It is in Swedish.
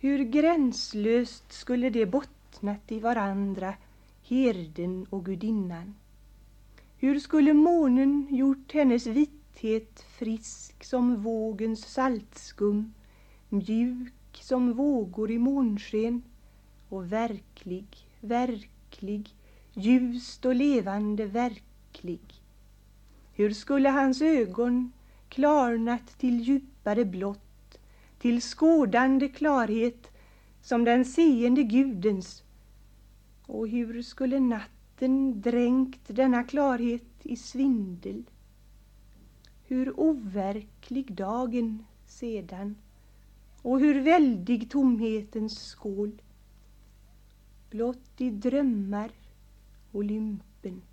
Hur gränslöst skulle det bottnat i varandra, herden och gudinnan. Hur skulle månen gjort hennes vithet frisk som vågens saltskum, mjuk som vågor i månsken och verklig, ljust och levande verklig. Hur skulle hans ögon klarnat till djupare blått, till skådande klarhet som den seende Gudens, och hur skulle natten dränkt denna klarhet i svindel. Hur overklig dagen sedan, och hur väldig tomhetens skål, blott i drömmar och lympen.